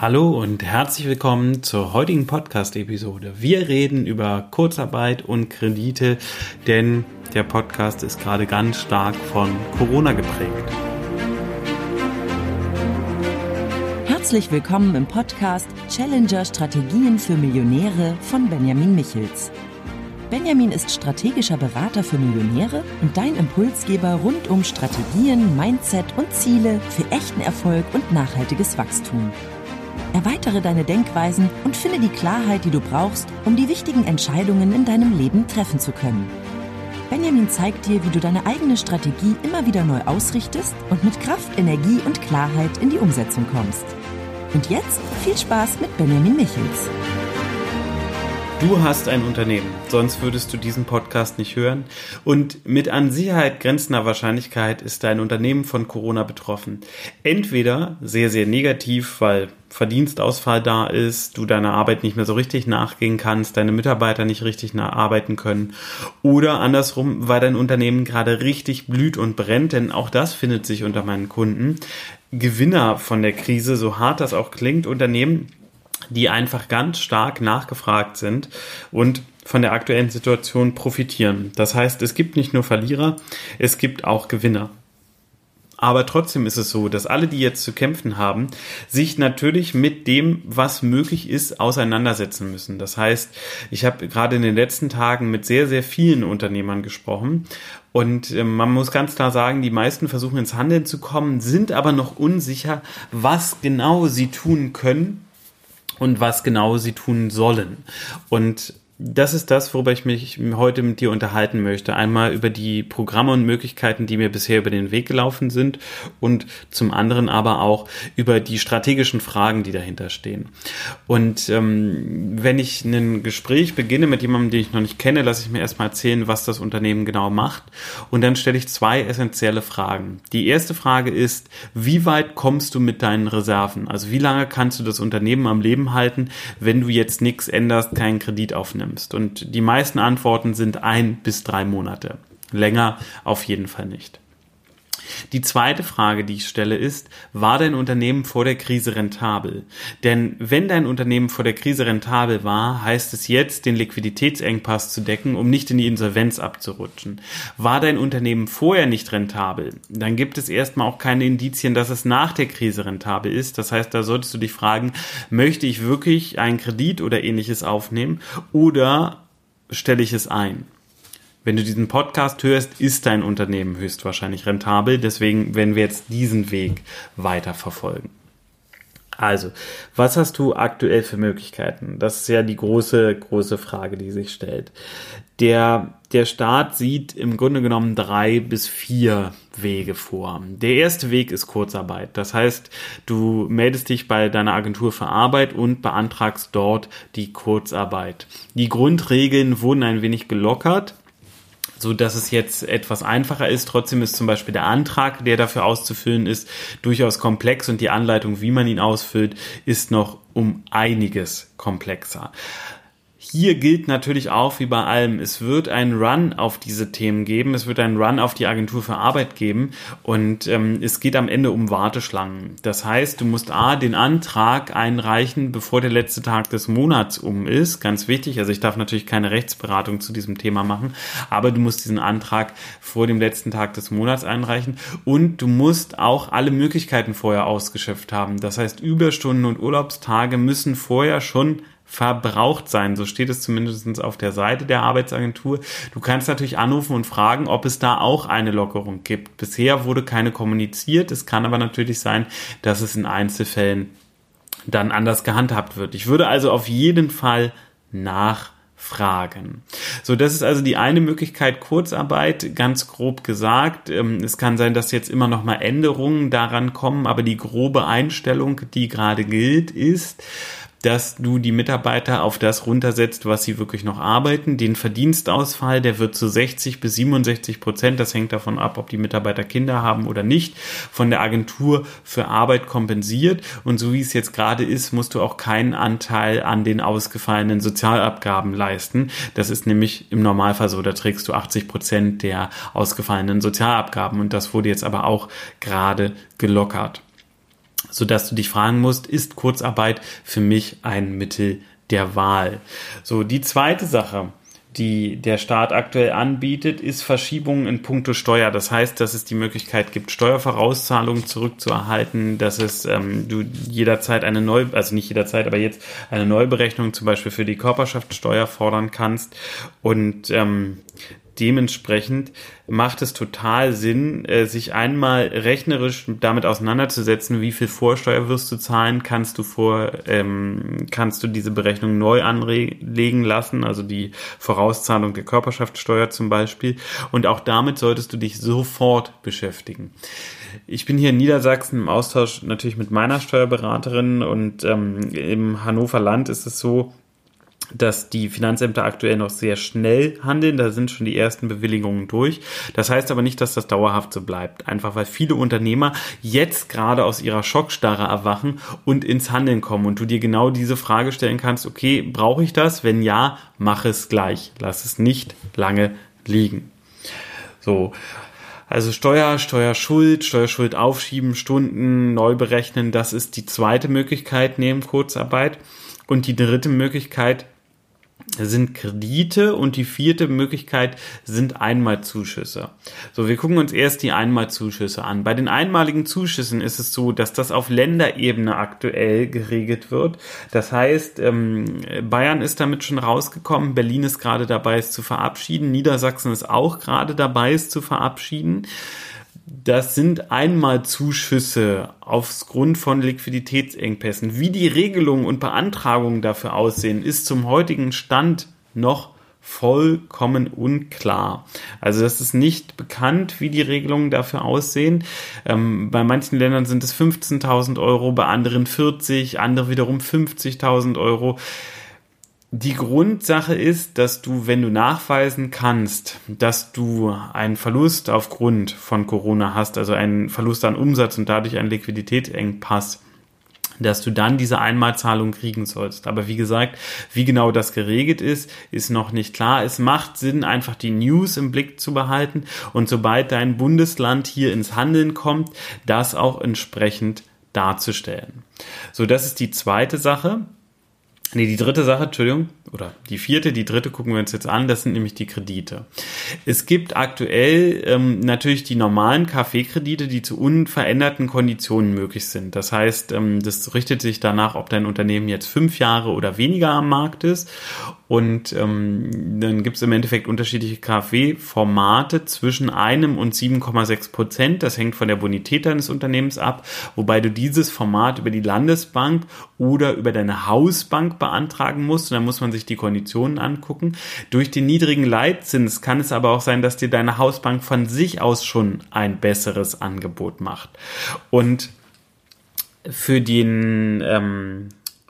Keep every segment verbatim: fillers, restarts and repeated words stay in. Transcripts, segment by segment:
Hallo und herzlich willkommen zur heutigen Podcast-Episode. Wir reden über Kurzarbeit und Kredite, denn der Podcast ist gerade ganz stark von Corona geprägt. Herzlich willkommen im Podcast Challenger Strategien für Millionäre von Benjamin Michels. Benjamin ist strategischer Berater für Millionäre und dein Impulsgeber rund um Strategien, Mindset und Ziele für echten Erfolg und nachhaltiges Wachstum. Erweitere deine Denkweisen und finde die Klarheit, die du brauchst, um die wichtigen Entscheidungen in deinem Leben treffen zu können. Benjamin zeigt dir, wie du deine eigene Strategie immer wieder neu ausrichtest und mit Kraft, Energie und Klarheit in die Umsetzung kommst. Und jetzt viel Spaß mit Benjamin Michels. Du hast ein Unternehmen, sonst würdest du diesen Podcast nicht hören. Und mit an Sicherheit grenzender Wahrscheinlichkeit ist dein Unternehmen von Corona betroffen. Entweder sehr, sehr negativ, weil Verdienstausfall da ist, du deiner Arbeit nicht mehr so richtig nachgehen kannst, deine Mitarbeiter nicht richtig arbeiten können. Oder andersrum, weil dein Unternehmen gerade richtig blüht und brennt, denn auch das findet sich unter meinen Kunden. Gewinner von der Krise, so hart das auch klingt, Unternehmen, die einfach ganz stark nachgefragt sind und von der aktuellen Situation profitieren. Das heißt, es gibt nicht nur Verlierer, es gibt auch Gewinner. Aber trotzdem ist es so, dass alle, die jetzt zu kämpfen haben, sich natürlich mit dem, was möglich ist, auseinandersetzen müssen. Das heißt, ich habe gerade in den letzten Tagen mit sehr, sehr vielen Unternehmern gesprochen und äh, man muss ganz klar sagen, die meisten versuchen ins Handeln zu kommen, sind aber noch unsicher, was genau sie tun können und was genau sie tun sollen. Und das ist das, worüber ich mich heute mit dir unterhalten möchte. Einmal über die Programme und Möglichkeiten, die mir bisher über den Weg gelaufen sind und zum anderen aber auch über die strategischen Fragen, die dahinter stehen. Und ähm, wenn ich ein Gespräch beginne mit jemandem, den ich noch nicht kenne, lasse ich mir erstmal erzählen, was das Unternehmen genau macht. Und dann stelle ich zwei essentielle Fragen. Die erste Frage ist, wie weit kommst du mit deinen Reserven? Also wie lange kannst du das Unternehmen am Leben halten, wenn du jetzt nichts änderst, keinen Kredit aufnimmst? Und die meisten Antworten sind ein bis drei Monate. Länger auf jeden Fall nicht. Die zweite Frage, die ich stelle, ist, war dein Unternehmen vor der Krise rentabel? Denn wenn dein Unternehmen vor der Krise rentabel war, heißt es jetzt, den Liquiditätsengpass zu decken, um nicht in die Insolvenz abzurutschen. War dein Unternehmen vorher nicht rentabel, dann gibt es erstmal auch keine Indizien, dass es nach der Krise rentabel ist. Das heißt, da solltest du dich fragen, möchte ich wirklich einen Kredit oder ähnliches aufnehmen oder stelle ich es ein? Wenn du diesen Podcast hörst, ist dein Unternehmen höchstwahrscheinlich rentabel. Deswegen werden wir jetzt diesen Weg weiter verfolgen. Also, was hast du aktuell für Möglichkeiten? Das ist ja die große, große Frage, die sich stellt. Der, der Staat sieht im Grunde genommen drei bis vier Wege vor. Der erste Weg ist Kurzarbeit. Das heißt, du meldest dich bei deiner Agentur für Arbeit und beantragst dort die Kurzarbeit. Die Grundregeln wurden ein wenig gelockert, so dass es jetzt etwas einfacher ist. Trotzdem ist zum Beispiel der Antrag, der dafür auszufüllen ist, durchaus komplex und die Anleitung, wie man ihn ausfüllt, ist noch um einiges komplexer. Hier gilt natürlich auch wie bei allem, es wird einen Run auf diese Themen geben, es wird einen Run auf die Agentur für Arbeit geben und ähm, es geht am Ende um Warteschlangen. Das heißt, du musst A, den Antrag einreichen, bevor der letzte Tag des Monats um ist, ganz wichtig, also ich darf natürlich keine Rechtsberatung zu diesem Thema machen, aber du musst diesen Antrag vor dem letzten Tag des Monats einreichen und du musst auch alle Möglichkeiten vorher ausgeschöpft haben. Das heißt, Überstunden und Urlaubstage müssen vorher schon verbraucht sein, so steht es zumindest auf der Seite der Arbeitsagentur. Du kannst natürlich anrufen und fragen, ob es da auch eine Lockerung gibt. Bisher wurde keine kommuniziert, es kann aber natürlich sein, dass es in Einzelfällen dann anders gehandhabt wird. Ich würde also auf jeden Fall nachfragen. So, das ist also die eine Möglichkeit, Kurzarbeit, ganz grob gesagt. Es kann sein, dass jetzt immer noch mal Änderungen daran kommen, aber die grobe Einstellung, die gerade gilt, ist, dass du die Mitarbeiter auf das runtersetzt, was sie wirklich noch arbeiten. Den Verdienstausfall, der wird zu sechzig bis siebenundsechzig Prozent, das hängt davon ab, ob die Mitarbeiter Kinder haben oder nicht, von der Agentur für Arbeit kompensiert. Und so wie es jetzt gerade ist, musst du auch keinen Anteil an den ausgefallenen Sozialabgaben leisten. Das ist nämlich im Normalfall so, da trägst du achtzig Prozent der ausgefallenen Sozialabgaben. Und das wurde jetzt aber auch gerade gelockert. sodass du dich fragen musst, ist Kurzarbeit für mich ein Mittel der Wahl? So, die zweite Sache, die der Staat aktuell anbietet, ist Verschiebungen in puncto Steuer. Das heißt, dass es die Möglichkeit gibt, Steuervorauszahlungen zurückzuerhalten, dass es ähm, du jederzeit eine neue, also nicht jederzeit, aber jetzt eine Neuberechnung zum Beispiel für die Körperschaftssteuer fordern kannst. Und ähm, dementsprechend macht es total Sinn, sich einmal rechnerisch damit auseinanderzusetzen, wie viel Vorsteuer wirst du zahlen, kannst du vor, ähm, kannst du diese Berechnung neu anlegen lassen, also die Vorauszahlung der Körperschaftssteuer zum Beispiel. Und auch damit solltest du dich sofort beschäftigen. Ich bin hier in Niedersachsen im Austausch natürlich mit meiner Steuerberaterin und ähm, im Hannover Land ist es so, dass die Finanzämter aktuell noch sehr schnell handeln. Da sind schon die ersten Bewilligungen durch. Das heißt aber nicht, dass das dauerhaft so bleibt. Einfach weil viele Unternehmer jetzt gerade aus ihrer Schockstarre erwachen und ins Handeln kommen. Und du dir genau diese Frage stellen kannst, okay, brauche ich das? Wenn ja, mach es gleich. Lass es nicht lange liegen. So. Also Steuer, Steuerschuld, Steuerschuld aufschieben, Stunden neu berechnen, das ist die zweite Möglichkeit neben Kurzarbeit. Und die dritte Möglichkeit sind Kredite und die vierte Möglichkeit sind Einmalzuschüsse. So, wir gucken uns erst die Einmalzuschüsse an. Bei den einmaligen Zuschüssen ist es so, dass das auf Länderebene aktuell geregelt wird. Das heißt, Bayern ist damit schon rausgekommen, Berlin ist gerade dabei, es zu verabschieden, Niedersachsen ist auch gerade dabei, es zu verabschieden. Das sind einmal Zuschüsse aufgrund von Liquiditätsengpässen. Wie die Regelungen und Beantragungen dafür aussehen, ist zum heutigen Stand noch vollkommen unklar. Also das ist nicht bekannt, wie die Regelungen dafür aussehen. Ähm, bei manchen Ländern sind es fünfzehntausend Euro, bei anderen vierzig, andere wiederum fünfzigtausend Euro. Die Grundsache ist, dass du, wenn du nachweisen kannst, dass du einen Verlust aufgrund von Corona hast, also einen Verlust an Umsatz und dadurch einen Liquiditätsengpass, dass du dann diese Einmalzahlung kriegen sollst. Aber wie gesagt, wie genau das geregelt ist, ist noch nicht klar. Es macht Sinn, einfach die News im Blick zu behalten und sobald dein Bundesland hier ins Handeln kommt, das auch entsprechend darzustellen. So, das ist die zweite Sache. Nee, die dritte Sache, Entschuldigung, oder die vierte, die dritte gucken wir uns jetzt an, das sind nämlich die Kredite. Es gibt aktuell ähm, natürlich die normalen K fW-Kredite, die zu unveränderten Konditionen möglich sind. Das heißt, ähm, das richtet sich danach, ob dein Unternehmen jetzt fünf Jahre oder weniger am Markt ist. Und ähm, dann gibt es im Endeffekt unterschiedliche K fW-Formate zwischen einem und sieben Komma sechs Prozent. Das hängt von der Bonität deines Unternehmens ab, wobei du dieses Format über die Landesbank oder über deine Hausbank beantragen musst. Und dann muss man sich die Konditionen angucken. Durch den niedrigen Leitzins kann es aber auch sein, dass dir deine Hausbank von sich aus schon ein besseres Angebot macht. Und für den ähm,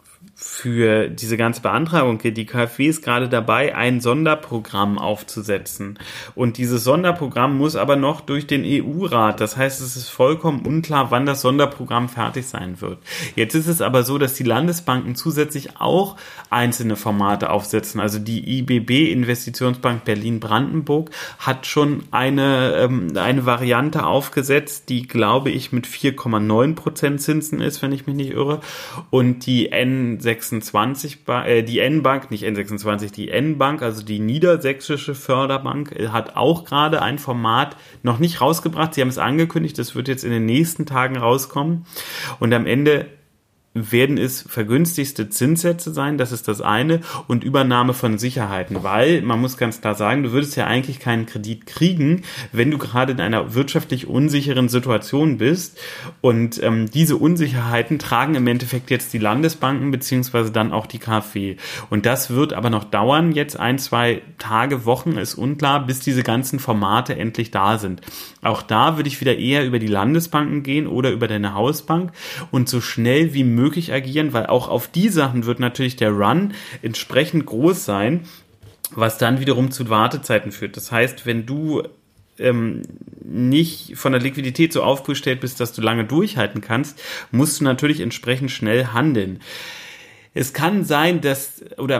für diese ganze Beantragung, die K f W ist gerade dabei, ein Sonderprogramm aufzusetzen. Und dieses Sonderprogramm muss aber noch durch den E U-Rat. Das heißt, es ist vollkommen unklar, wann das Sonderprogramm fertig sein wird. Jetzt ist es aber so, dass die Landesbanken zusätzlich auch einzelne Formate aufsetzen. Also die I B B, Investitionsbank Berlin-Brandenburg, hat schon eine, ähm, eine Variante aufgesetzt, die, glaube ich, mit vier Komma neun Prozent Zinsen ist, wenn ich mich nicht irre. Und die N sechsundzwanzig, äh, die N-Bank, nicht N sechsundzwanzig, die N-Bank, also die Niedersächsische Förderbank, hat auch gerade ein Format noch nicht rausgebracht. Sie haben es angekündigt, das wird jetzt in den nächsten Tagen rauskommen. Und am Ende werden es vergünstigste Zinssätze sein, das ist das eine, und Übernahme von Sicherheiten, weil, man muss ganz klar sagen, du würdest ja eigentlich keinen Kredit kriegen, wenn du gerade in einer wirtschaftlich unsicheren Situation bist, und ähm, diese Unsicherheiten tragen im Endeffekt jetzt die Landesbanken beziehungsweise dann auch die K f W, und das wird aber noch dauern, jetzt ein, zwei Tage, Wochen, ist unklar, bis diese ganzen Formate endlich da sind. Auch da würde ich wieder eher über die Landesbanken gehen oder über deine Hausbank und so schnell wie möglich möglich agieren, weil auch auf die Sachen wird natürlich der Run entsprechend groß sein, was dann wiederum zu Wartezeiten führt. Das heißt, wenn du ähm, nicht von der Liquidität so aufgestellt bist, dass du lange durchhalten kannst, musst du natürlich entsprechend schnell handeln. Es kann sein, dass, oder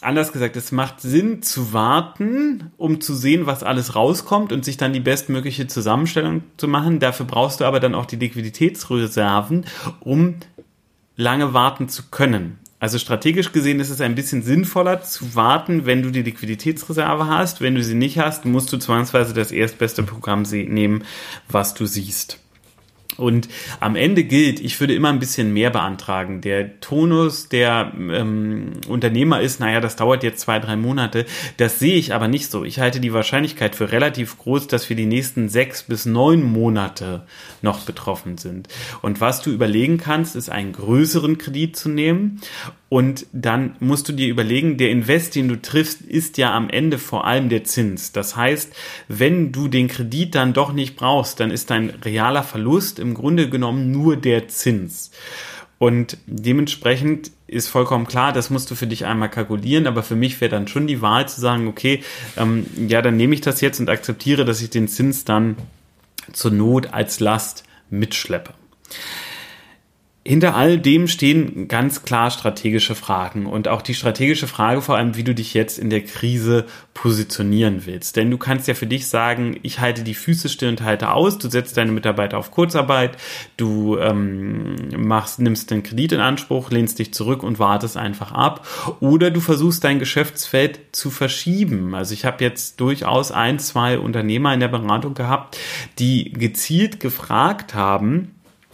anders gesagt, es macht Sinn zu warten, um zu sehen, was alles rauskommt und sich dann die bestmögliche Zusammenstellung zu machen. Dafür brauchst du aber dann auch die Liquiditätsreserven, um lange warten zu können. Also strategisch gesehen ist es ein bisschen sinnvoller zu warten, wenn du die Liquiditätsreserve hast. Wenn du sie nicht hast, musst du zwangsweise das erstbeste Programm nehmen, was du siehst. Und am Ende gilt, ich würde immer ein bisschen mehr beantragen. Der Tonus der ähm, Unternehmer ist, naja, das dauert jetzt zwei, drei Monate. Das sehe ich aber nicht so. Ich halte die Wahrscheinlichkeit für relativ groß, dass wir die nächsten sechs bis neun Monate noch betroffen sind. Und was du überlegen kannst, ist einen größeren Kredit zu nehmen. Und dann musst du dir überlegen, der Invest, den du triffst, ist ja am Ende vor allem der Zins. Das heißt, wenn du den Kredit dann doch nicht brauchst, dann ist dein realer Verlust im Grunde genommen nur der Zins. Und dementsprechend ist vollkommen klar, das musst du für dich einmal kalkulieren, aber für mich wäre dann schon die Wahl zu sagen, okay, ähm, ja, dann nehme ich das jetzt und akzeptiere, dass ich den Zins dann zur Not als Last mitschleppe. Hinter all dem stehen ganz klar strategische Fragen und auch die strategische Frage vor allem, wie du dich jetzt in der Krise positionieren willst. Denn du kannst ja für dich sagen, ich halte die Füße still und halte aus, du setzt deine Mitarbeiter auf Kurzarbeit, du ähm, machst, nimmst den Kredit in Anspruch, lehnst dich zurück und wartest einfach ab. Oder du versuchst dein Geschäftsfeld zu verschieben. Also ich habe jetzt durchaus ein, zwei Unternehmer in der Beratung gehabt, die gezielt gefragt haben,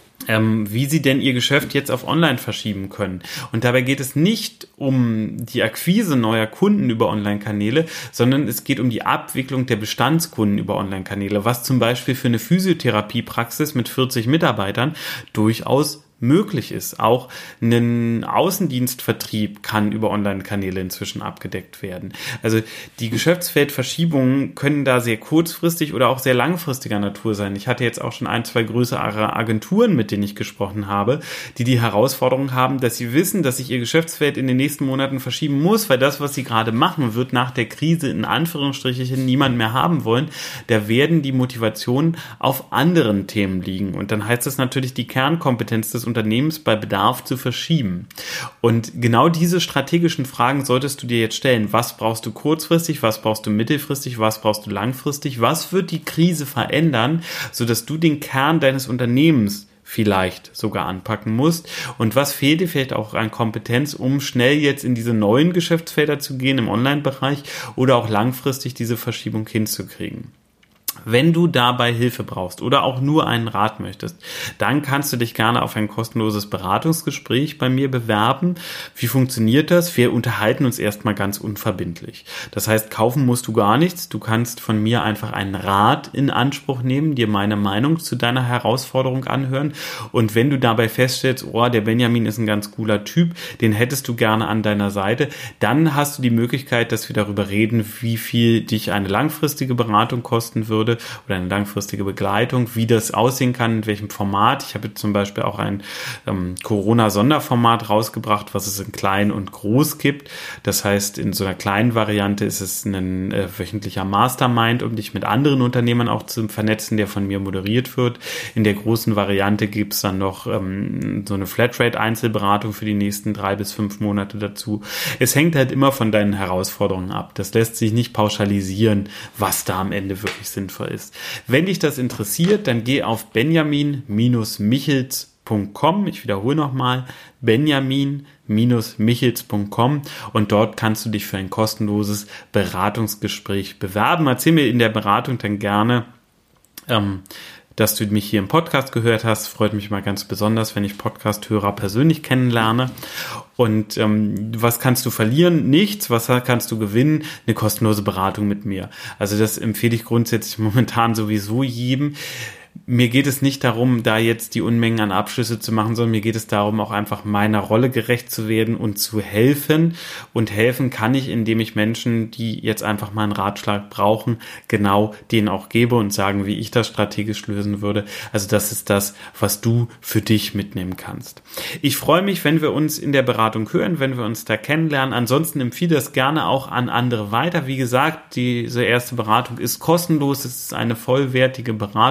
Ähm, wie sie denn ihr Geschäft jetzt auf Online verschieben können. Und dabei geht es nicht um die Akquise neuer Kunden über Online-Kanäle, sondern es geht um die Abwicklung der Bestandskunden über Online-Kanäle, was zum Beispiel für eine Physiotherapiepraxis mit vierzig Mitarbeitern durchaus möglich ist. Auch ein Außendienstvertrieb kann über Online-Kanäle inzwischen abgedeckt werden. Also die Geschäftsfeldverschiebungen können da sehr kurzfristig oder auch sehr langfristiger Natur sein. Ich hatte jetzt auch schon ein, zwei größere Agenturen, mit denen ich gesprochen habe, die die Herausforderung haben, dass sie wissen, dass sich ihr Geschäftsfeld in den nächsten Monaten verschieben muss, weil das, was sie gerade machen, wird nach der Krise in Anführungsstrichen niemand mehr haben wollen. Da werden die Motivationen auf anderen Themen liegen. Und dann heißt das natürlich, die Kernkompetenz des Unternehmens bei Bedarf zu verschieben. Und genau diese strategischen Fragen solltest du dir jetzt stellen. Was brauchst du kurzfristig? Was brauchst du mittelfristig? Was brauchst du langfristig? Was wird die Krise verändern, sodass du den Kern deines Unternehmens vielleicht sogar anpacken musst? Und was fehlt dir vielleicht auch an Kompetenz, um schnell jetzt in diese neuen Geschäftsfelder zu gehen im Online-Bereich oder auch langfristig diese Verschiebung hinzukriegen? Wenn du dabei Hilfe brauchst oder auch nur einen Rat möchtest, dann kannst du dich gerne auf ein kostenloses Beratungsgespräch bei mir bewerben. Wie funktioniert das? Wir unterhalten uns erstmal ganz unverbindlich. Das heißt, kaufen musst du gar nichts. Du kannst von mir einfach einen Rat in Anspruch nehmen, dir meine Meinung zu deiner Herausforderung anhören. Und wenn du dabei feststellst, oh, der Benjamin ist ein ganz cooler Typ, den hättest du gerne an deiner Seite, dann hast du die Möglichkeit, dass wir darüber reden, wie viel dich eine langfristige Beratung kosten würde oder eine langfristige Begleitung, wie das aussehen kann, in welchem Format. Ich habe jetzt zum Beispiel auch ein ähm, Corona-Sonderformat rausgebracht, was es in klein und groß gibt. Das heißt, in so einer kleinen Variante ist es ein äh, wöchentlicher Mastermind, um dich mit anderen Unternehmern auch zu vernetzen, der von mir moderiert wird. In der großen Variante gibt es dann noch ähm, so eine Flatrate-Einzelberatung für die nächsten drei bis fünf Monate dazu. Es hängt halt immer von deinen Herausforderungen ab. Das lässt sich nicht pauschalisieren, was da am Ende wirklich sinnvoll ist. Wenn dich das interessiert, dann geh auf benjamin michels punkt com. Ich wiederhole nochmal, benjamin michels punkt com, und dort kannst du dich für ein kostenloses Beratungsgespräch bewerben. Erzähl mir in der Beratung dann gerne, ähm, dass du mich hier im Podcast gehört hast. Freut mich mal ganz besonders, wenn ich Podcast-Hörer persönlich kennenlerne. Und ähm, was kannst du verlieren? Nichts. Was kannst du gewinnen? Eine kostenlose Beratung mit mir. Also das empfehle ich grundsätzlich momentan sowieso jedem. Mir geht es nicht darum, da jetzt die Unmengen an Abschlüsse zu machen, sondern mir geht es darum, auch einfach meiner Rolle gerecht zu werden und zu helfen. Und helfen kann ich, indem ich Menschen, die jetzt einfach mal einen Ratschlag brauchen, genau denen auch gebe und sagen, wie ich das strategisch lösen würde. Also das ist das, was du für dich mitnehmen kannst. Ich freue mich, wenn wir uns in der Beratung hören, wenn wir uns da kennenlernen. Ansonsten empfehle das gerne auch an andere weiter. Wie gesagt, diese erste Beratung ist kostenlos. Es ist eine vollwertige Beratung, wo ich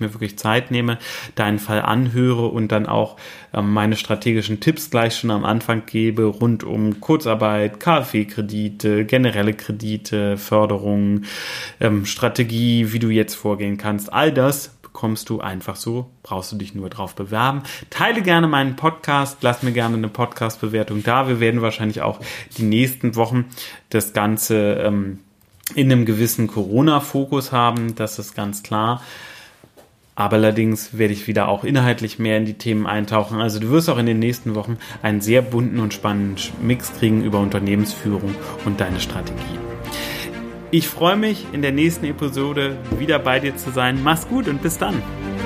mir wirklich Zeit nehme, deinen Fall anhöre und dann auch ähm, meine strategischen Tipps gleich schon am Anfang gebe, rund um Kurzarbeit, KfW-Kredite, generelle Kredite, Förderungen, ähm, Strategie, wie du jetzt vorgehen kannst. All das bekommst du einfach so, brauchst du dich nur drauf bewerben. Teile gerne meinen Podcast, lass mir gerne eine Podcast-Bewertung da. Wir werden wahrscheinlich auch die nächsten Wochen das Ganze ähm, in einem gewissen Corona-Fokus haben, das ist ganz klar. Aber allerdings werde ich wieder auch inhaltlich mehr in die Themen eintauchen. Also du wirst auch in den nächsten Wochen einen sehr bunten und spannenden Mix kriegen über Unternehmensführung und deine Strategie. Ich freue mich, in der nächsten Episode wieder bei dir zu sein. Mach's gut und bis dann.